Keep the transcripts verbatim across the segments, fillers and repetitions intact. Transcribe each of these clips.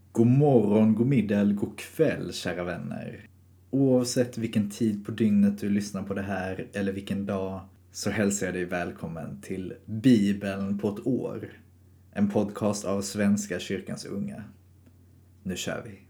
God morgon, god middag eller god kväll, kära vänner. Oavsett vilken tid på dygnet du lyssnar på det här eller vilken dag, så hälsar jag dig välkommen till Bibeln på ett år. En podcast av Svenska kyrkans unga. Nu kör vi.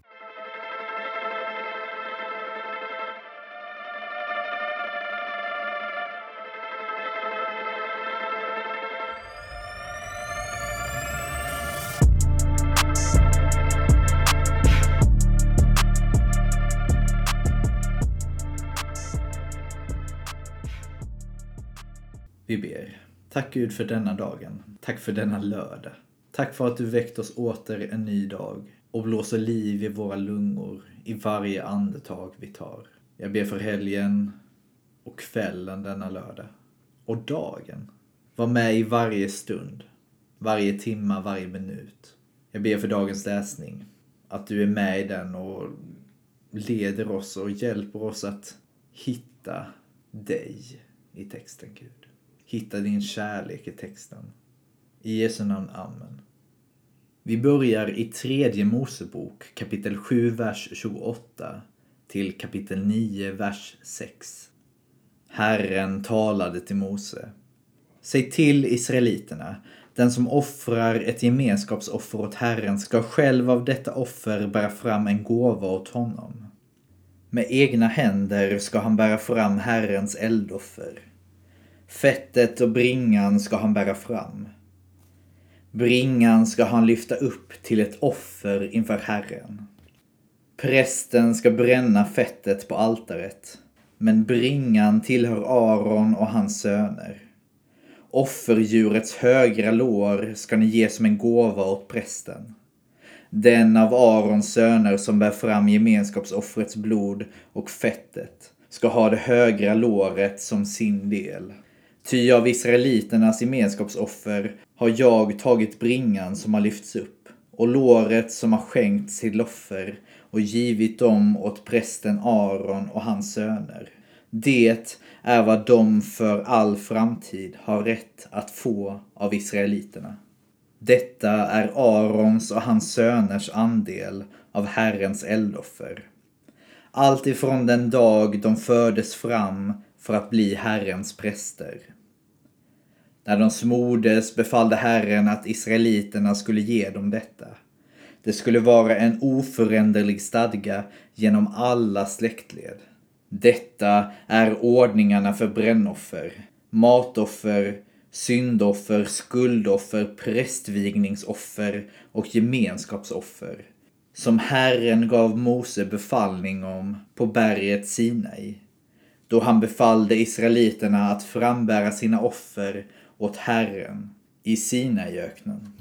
Vi ber. Tack Gud för denna dagen. Tack för denna lördag. Tack för att du väckt oss åter en ny dag och blåser liv i våra lungor i varje andetag vi tar. Jag ber för helgen och kvällen denna lördag. Och dagen. Var med i varje stund. Varje timma, varje minut. Jag ber för dagens läsning. Att du är med i den och leder oss och hjälper oss att hitta dig i texten, Gud. Hitta din kärlek i texten. I Jesu namn, amen. Vi börjar i tredje Mosebok, kapitel sju, vers tjugoåtta till kapitel nio, vers sex. Herren talade till Mose. Säg till israeliterna, den som offrar ett gemenskapsoffer åt Herren ska själv av detta offer bära fram en gåva åt honom. Med egna händer ska han bära fram Herrens eldoffer. Fettet och bringan ska han bära fram. Bringan ska han lyfta upp till ett offer inför Herren. Prästen ska bränna fettet på altaret, men bringan tillhör Aron och hans söner. Offerdjurets högra lår ska ni ge som en gåva åt prästen. Den av Arons söner som bär fram gemenskapsoffrets blod och fettet ska ha det högra låret som sin del. Ty av israeliternas gemenskapsoffer har jag tagit bringan som har lyfts upp och låret som har skänkts till offer och givit dem åt prästen Aron och hans söner. Det är vad de för all framtid har rätt att få av israeliterna. Detta är Arons och hans söners andel av Herrens eldoffer. Allt ifrån den dag de fördes fram för att bli Herrens präster. När de smordes befallde Herren att israeliterna skulle ge dem detta. Det skulle vara en oföränderlig stadga genom alla släktled. Detta är ordningarna för brännoffer, matoffer, syndoffer, skuldoffer, prästvigningsoffer och gemenskapsoffer, som Herren gav Mose befallning om på berget Sinai, då han befallde israeliterna att frambära sina offer åt Herren i Sinaiöknen.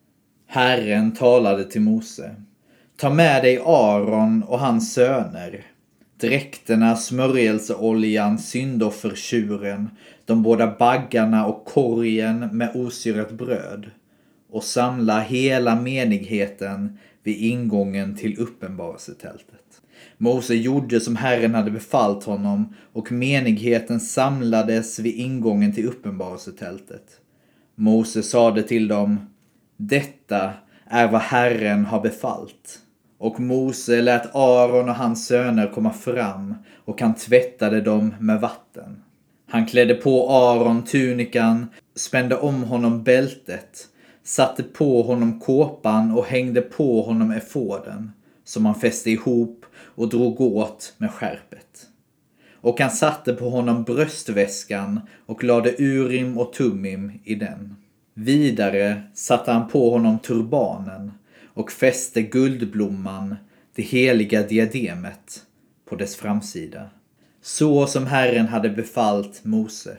Herren talade till Mose. Ta med dig Aron och hans söner, dräkterna, smörjelseoljan, syndoffertjuren, de båda baggarna och korgen med osyrat bröd, och samla hela menigheten vid ingången till uppenbarelsetältet. Mose gjorde som Herren hade befallt honom, och menigheten samlades vid ingången till uppenbarelsetältet. Mose sade till dem: detta är vad Herren har befallt. Och Mose lät Aron och hans söner komma fram, och han tvättade dem med vatten. Han klädde på Aron tunikan, spände om honom bältet, satte på honom kåpan och hängde på honom efoden, som han fäste ihop och drog åt med skärpet. Och han satte på honom bröstväskan och lade urim och tummim i den. Vidare satte han på honom turbanen och fäste guldblomman, det heliga diademet, på dess framsida, så som Herren hade befallt Mose.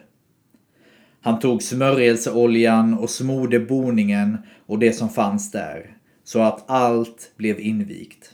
Han tog smörjelseoljan och smorde boningen och det som fanns där, så att allt blev invigt.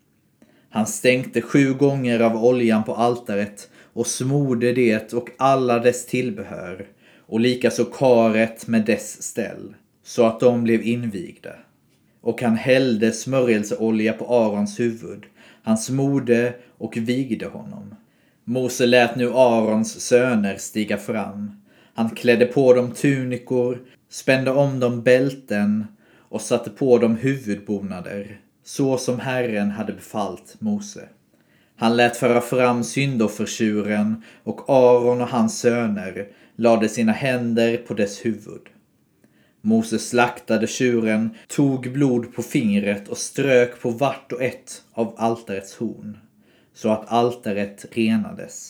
Han stänkte sju gånger av oljan på altaret och smorde det och alla dess tillbehör, och likaså karet med dess ställ, så att de blev invigda. Och han hällde smörjelseolja på Arons huvud. Han smorde och vigde honom. Mose lät nu Arons söner stiga fram. Han klädde på dem tunikor, spände om dem bälten och satte på dem huvudbonader, så som Herren hade befallt Mose. Han lät föra fram syndoffertjuren och Aron och hans söner lade sina händer på dess huvud. Mose slaktade tjuren, tog blod på fingret och strök på vart och ett av altarets horn, så att altaret renades.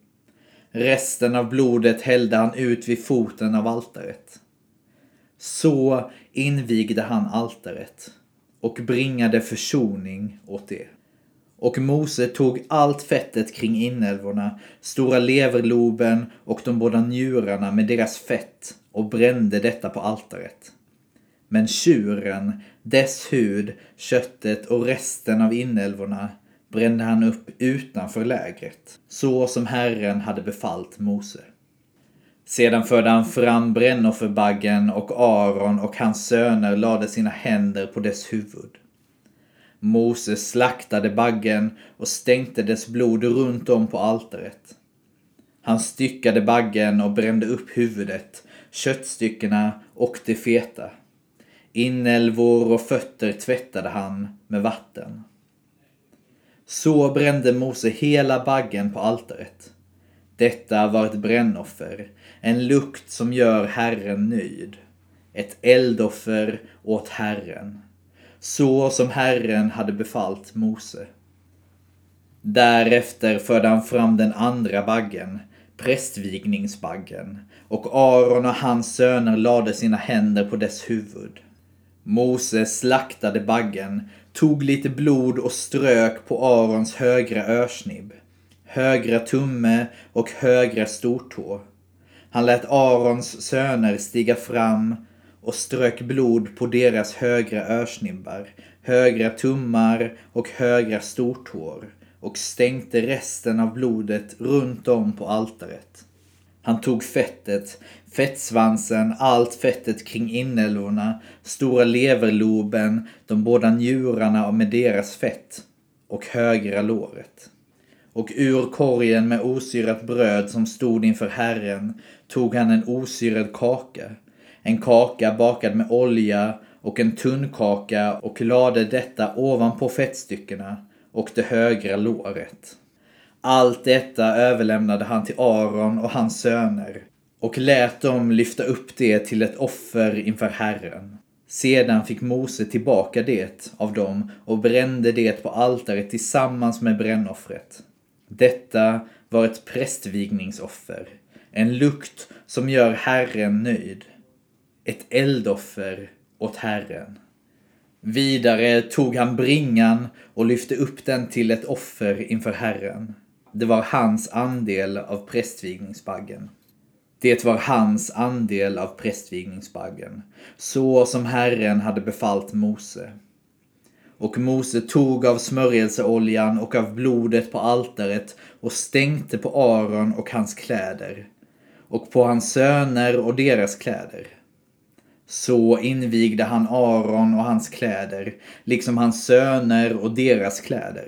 Resten av blodet hällde han ut vid foten av altaret. Så invigde han altaret och bringade försoning åt det. Och Mose tog allt fettet kring inälvorna, stora leverloben och de båda njurarna med deras fett och brände detta på altaret. Men tjuren, dess hud, köttet och resten av inälvorna brände han upp utanför lägret, så som Herren hade befallt Mose. Sedan förde han fram brännofferbaggen och Aron och hans söner lade sina händer på dess huvud. Mose slaktade baggen och stänkte dess blod runt om på altaret. Han styckade baggen och brände upp huvudet, köttstyckena och det feta. Inälvor och fötter tvättade han med vatten. Så brände Mose hela baggen på altaret. Detta var ett brännoffer, en lukt som gör Herren nöjd. Ett eldoffer åt Herren, så som Herren hade befallt Mose. Därefter förde han fram den andra baggen, prästvigningsbaggen, och Aron och hans söner lade sina händer på dess huvud. Mose slaktade baggen, tog lite blod och strök på Arons högra örsnibb, högra tumme och högra stortå. Han lät Arons söner stiga fram och strök blod på deras högra örsnibbar, högra tummar och högra stortår och stänkte resten av blodet runt om på altaret. Han tog fettet, fettsvansen, allt fettet kring inälvorna, stora leverloben, de båda njurarna med deras fett och högra låret. Och ur korgen med osyrat bröd som stod inför Herren tog han en osyrad kaka, en kaka bakad med olja och en tunn kaka och lade detta ovanpå fettstyckena och det högra låret. Allt detta överlämnade han till Aron och hans söner och lät dem lyfta upp det till ett offer inför Herren. Sedan fick Mose tillbaka det av dem och brände det på altaret tillsammans med brännoffret. Detta var ett prästvigningsoffer, en lukt som gör Herren nöjd. Ett eldoffer åt Herren. Vidare tog han bringan och lyfte upp den till ett offer inför Herren. Det var hans andel av prästvigningsbaggen. Det var hans andel av prästvigningsbaggen, så som Herren hade befallt Mose. Och Mose tog av smörjelseoljan och av blodet på altaret och stänkte på Aron och hans kläder, och på hans söner och deras kläder. Så invigde han Aron och hans kläder, liksom hans söner och deras kläder.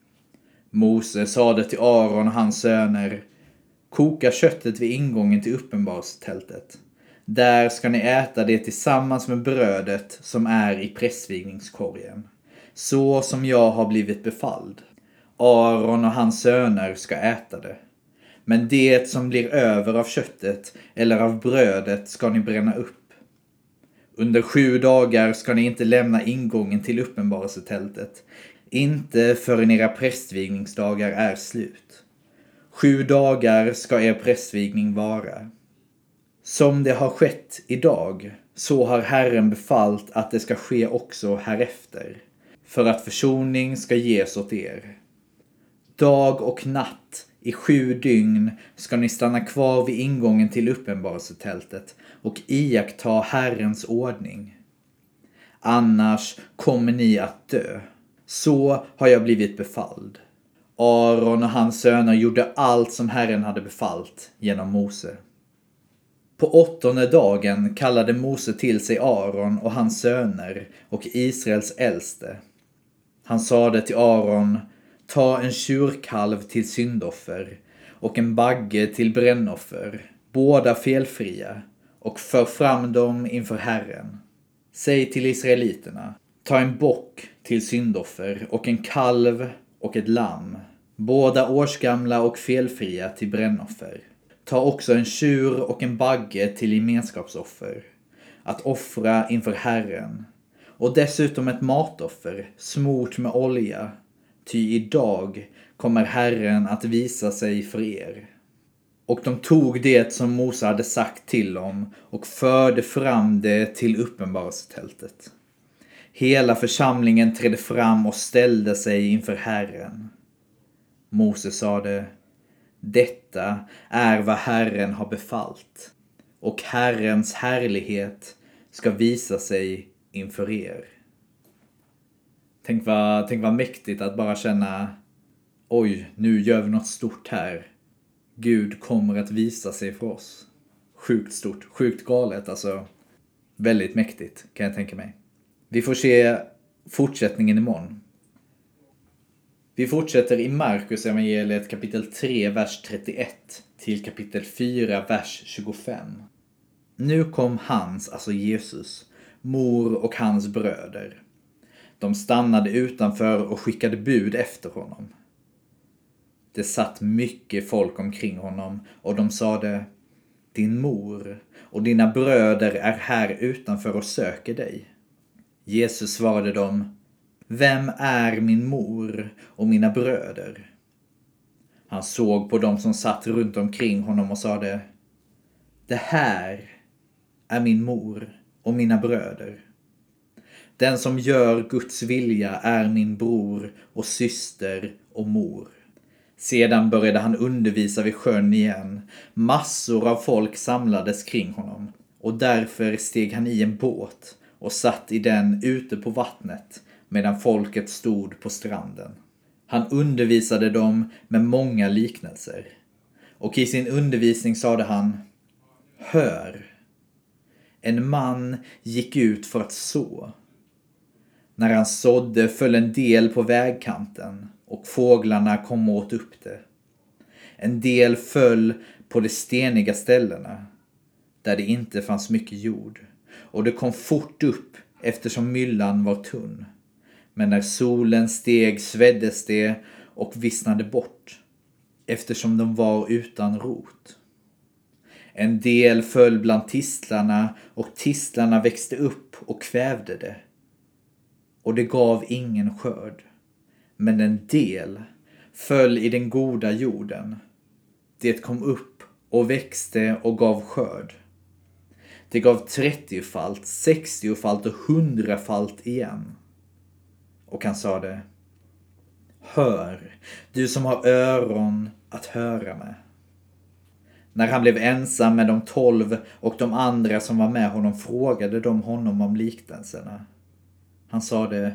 Mose sade till Aron och hans söner: koka köttet vid ingången till uppenbarelsetältet. Där ska ni äta det tillsammans med brödet som är i prästvigningskorgen, så som jag har blivit befalld. Aron och hans söner ska äta det. Men det som blir över av köttet eller av brödet ska ni bränna upp. Under sju dagar ska ni inte lämna ingången till uppenbarelsetältet, inte förrän era prästvigningsdagar är slut. Sju dagar ska er prästvigning vara. Som det har skett idag, så har Herren befallt att det ska ske också härefter, för att försoning ska ges åt er. Dag och natt i sju dygn ska ni stanna kvar vid ingången till uppenbarelsetältet och iaktta Herrens ordning. Annars kommer ni att dö. Så har jag blivit befalld. Aron och hans söner gjorde allt som Herren hade befallt genom Mose. På åttonde dagen kallade Mose till sig Aron och hans söner och Israels äldste. Han sade till Aron: ta en tjurkalv till syndoffer och en bagge till brännoffer, båda felfria, och för fram dem inför Herren. Säg till israeliterna: Ta en bock till syndoffer och en kalv och ett lamm, båda årsgamla och felfria till brännoffer. Ta också en tjur och en bagge till gemenskapsoffer, att offra inför Herren, och dessutom ett matoffer, smort med olja, ty idag kommer Herren att visa sig för er. Och de tog det som Mose hade sagt till dem och förde fram det till uppenbarelsetältet. Hela församlingen trädde fram och ställde sig inför Herren. Mose sade: detta är vad Herren har befallt, och Herrens härlighet ska visa sig inför er. Tänk vad, tänk vad mäktigt att bara känna: oj, nu gör vi något stort här. Gud kommer att visa sig för oss. Sjukt stort, sjukt galet, alltså väldigt mäktigt kan jag tänka mig. Vi får se fortsättningen imorgon. Vi fortsätter i Markus evangeliet kapitel tre, vers trettioett till kapitel fyra, vers tjugofem. Nu kom hans, alltså Jesus, mor och hans bröder. De stannade utanför och skickade bud efter honom. Det satt mycket folk omkring honom och de sade: din mor och dina bröder är här utanför och söker dig. Jesus svarade dem: vem är min mor och mina bröder? Han såg på dem som satt runt omkring honom och sade: det här är min mor och mina bröder. Den som gör Guds vilja är min bror och syster och mor. Sedan började han undervisa vid sjön igen. Massor av folk samlades kring honom, och därför steg han i en båt och satt i den ute på vattnet medan folket stod på stranden. Han undervisade dem med många liknelser, och i sin undervisning sade han: hör, en man gick ut för att så. När han sådde föll en del på vägkanten, och fåglarna kom åt upp det. En del föll på de steniga ställena, där det inte fanns mycket jord, och det kom fort upp eftersom myllan var tunn. Men när solen steg sveddes det och vissnade bort, eftersom de var utan rot. En del föll bland tistlarna, och tistlarna växte upp och kvävde det, och det gav ingen skörd. Men en del föll i den goda jorden. Det kom upp och växte och gav skörd. Det gav trettiofalt, sextiofalt och hundrafalt igen. Och han sade: hör, du som har öron att höra med. När han blev ensam med de tolv och de andra som var med honom frågade de honom om liknelserna. Han sade: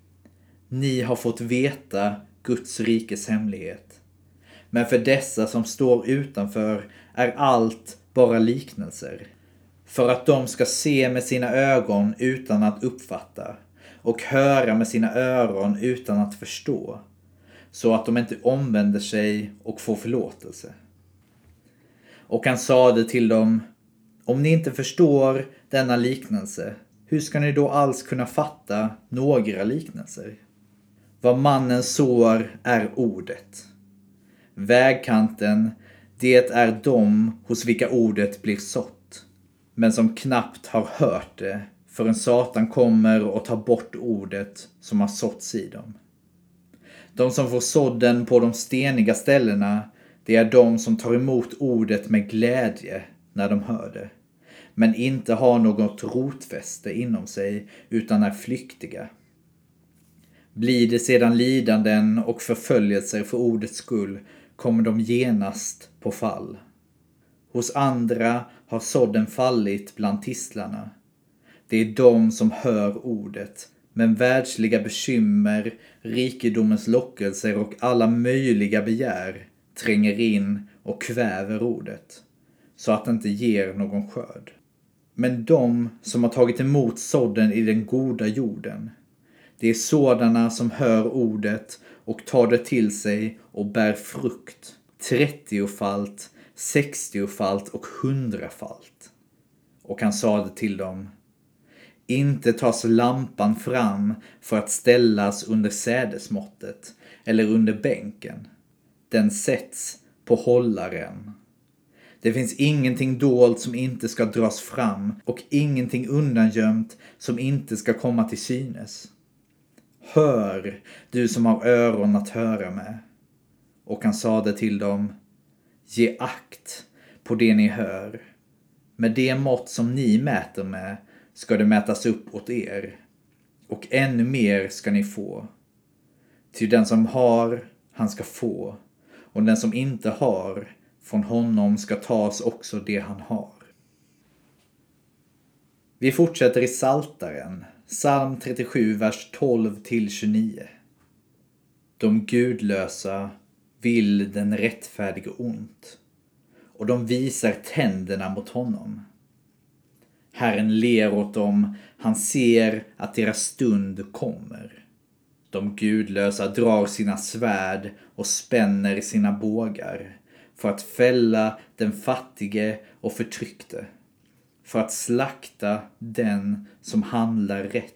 ni har fått veta Guds rikes hemlighet. Men för dessa som står utanför är allt bara liknelser. För att de ska se med sina ögon utan att uppfatta, och höra med sina öron utan att förstå, så att de inte omvänder sig och får förlåtelse. Och han sade till dem: om ni inte förstår denna liknelse, hur ska ni då alls kunna fatta några liknelser? Vad mannen sår är ordet. Vägkanten, det är de hos vilka ordet blir sått, men som knappt har hört det, förrän Satan kommer och tar bort ordet som har såtts i dem. De som får sådden på de steniga ställena, det är de som tar emot ordet med glädje när de hör det, men inte har något rotfäste inom sig utan är flyktiga. Blir det sedan lidanden och förföljelser för ordets skull, kommer de genast på fall. Hos andra har sådden fallit bland tistlarna. Det är de som hör ordet, men världsliga bekymmer, rikedomens lockelser och alla möjliga begär tränger in och kväver ordet, så att det inte ger någon skörd. Men de som har tagit emot sådden i den goda jorden, det är sådana som hör ordet och tar det till sig och bär frukt, trettiofalt, sextiofalt och hundrafalt. Och han sade till dem: Inte tas lampan fram för att ställas under sädesmåttet eller under bänken. Den sätts på hållaren. Det finns ingenting dolt som inte ska dras fram och ingenting undangömt som inte ska komma till synes. Hör, du som har öron att höra med. Och han sade till dem: ge akt på det ni hör. Med det mått som ni mäter med ska det mätas upp åt er. Och ännu mer ska ni få. Ty den som har, han ska få. Och den som inte har, från honom ska tas också det han har. Vi fortsätter i Psaltaren, psalm trettiosju, vers tolv till tjugonio. De gudlösa vill den rättfärdige ont, och de visar tänderna mot honom. Herren ler åt dem, han ser att deras stund kommer. De gudlösa drar sina svärd och spänner sina bågar för att fälla den fattige och förtryckte, för att slakta den som handlar rätt.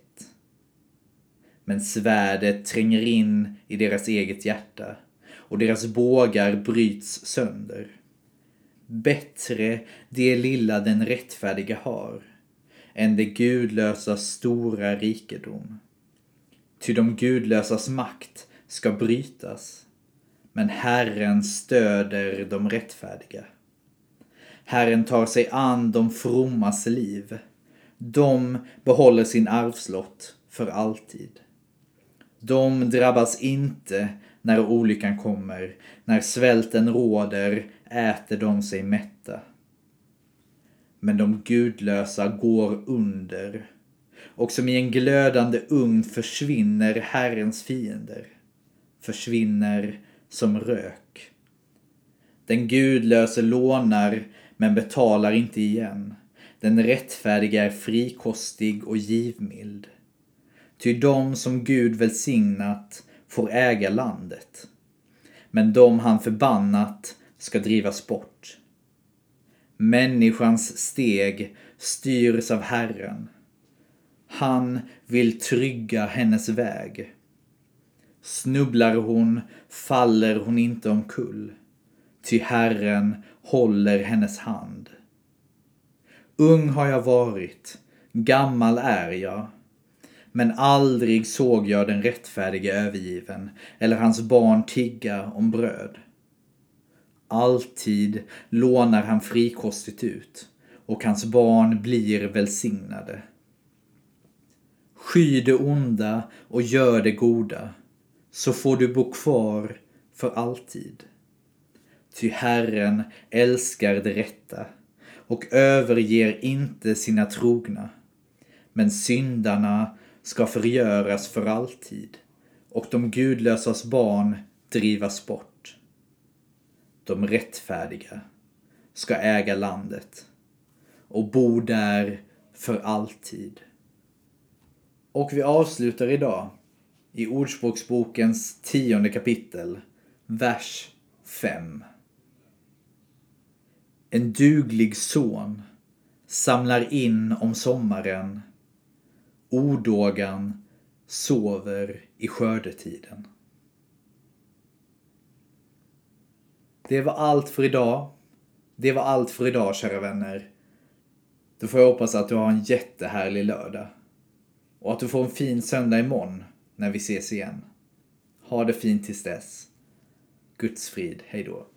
Men svärdet tränger in i deras eget hjärta och deras bågar bryts sönder. Bättre det lilla den rättfärdiga har än det gudlösas stora rikedom. Ty de gudlösas makt ska brytas, men Herren stöder de rättfärdiga. Herren tar sig an de frommas liv. De behåller sin arvslott för alltid. De drabbas inte när olyckan kommer. När svälten råder äter de sig mätta. Men de gudlösa går under. Och som i en glödande ugn försvinner Herrens fiender. Försvinner som rök. Den gudlöse lånar men betalar inte igen. Den rättfärdiga är frikostig och givmild. Ty de som Gud välsignat får äga landet. Men de han förbannat ska drivas bort. Människans steg styrs av Herren. Han vill trygga hennes väg. Snubblar hon faller hon inte omkull. Ty Herren håller hennes hand. Ung har jag varit, gammal är jag. Men aldrig såg jag den rättfärdige övergiven eller hans barn tigga om bröd. Alltid lånar han frikostigt ut och hans barn blir välsignade. Sky det onda och gör det goda, så får du bo kvar för alltid. Ty Herren älskar det rätta och överger inte sina trogna. Men syndarna ska förgöras för alltid och de gudlösas barn drivas bort. De rättfärdiga ska äga landet och bo där för alltid. Och vi avslutar idag i Ordspråksbokens tionde kapitel, vers fem. En duglig son samlar in om sommaren. Odågan sover i skördetiden. Det var allt för idag. Det var allt för idag, kära vänner. Då får jag hoppas att du har en jättehärlig lördag. Och att du får en fin söndag imorgon när vi ses igen. Ha det fint tills dess. Guds frid, hej då.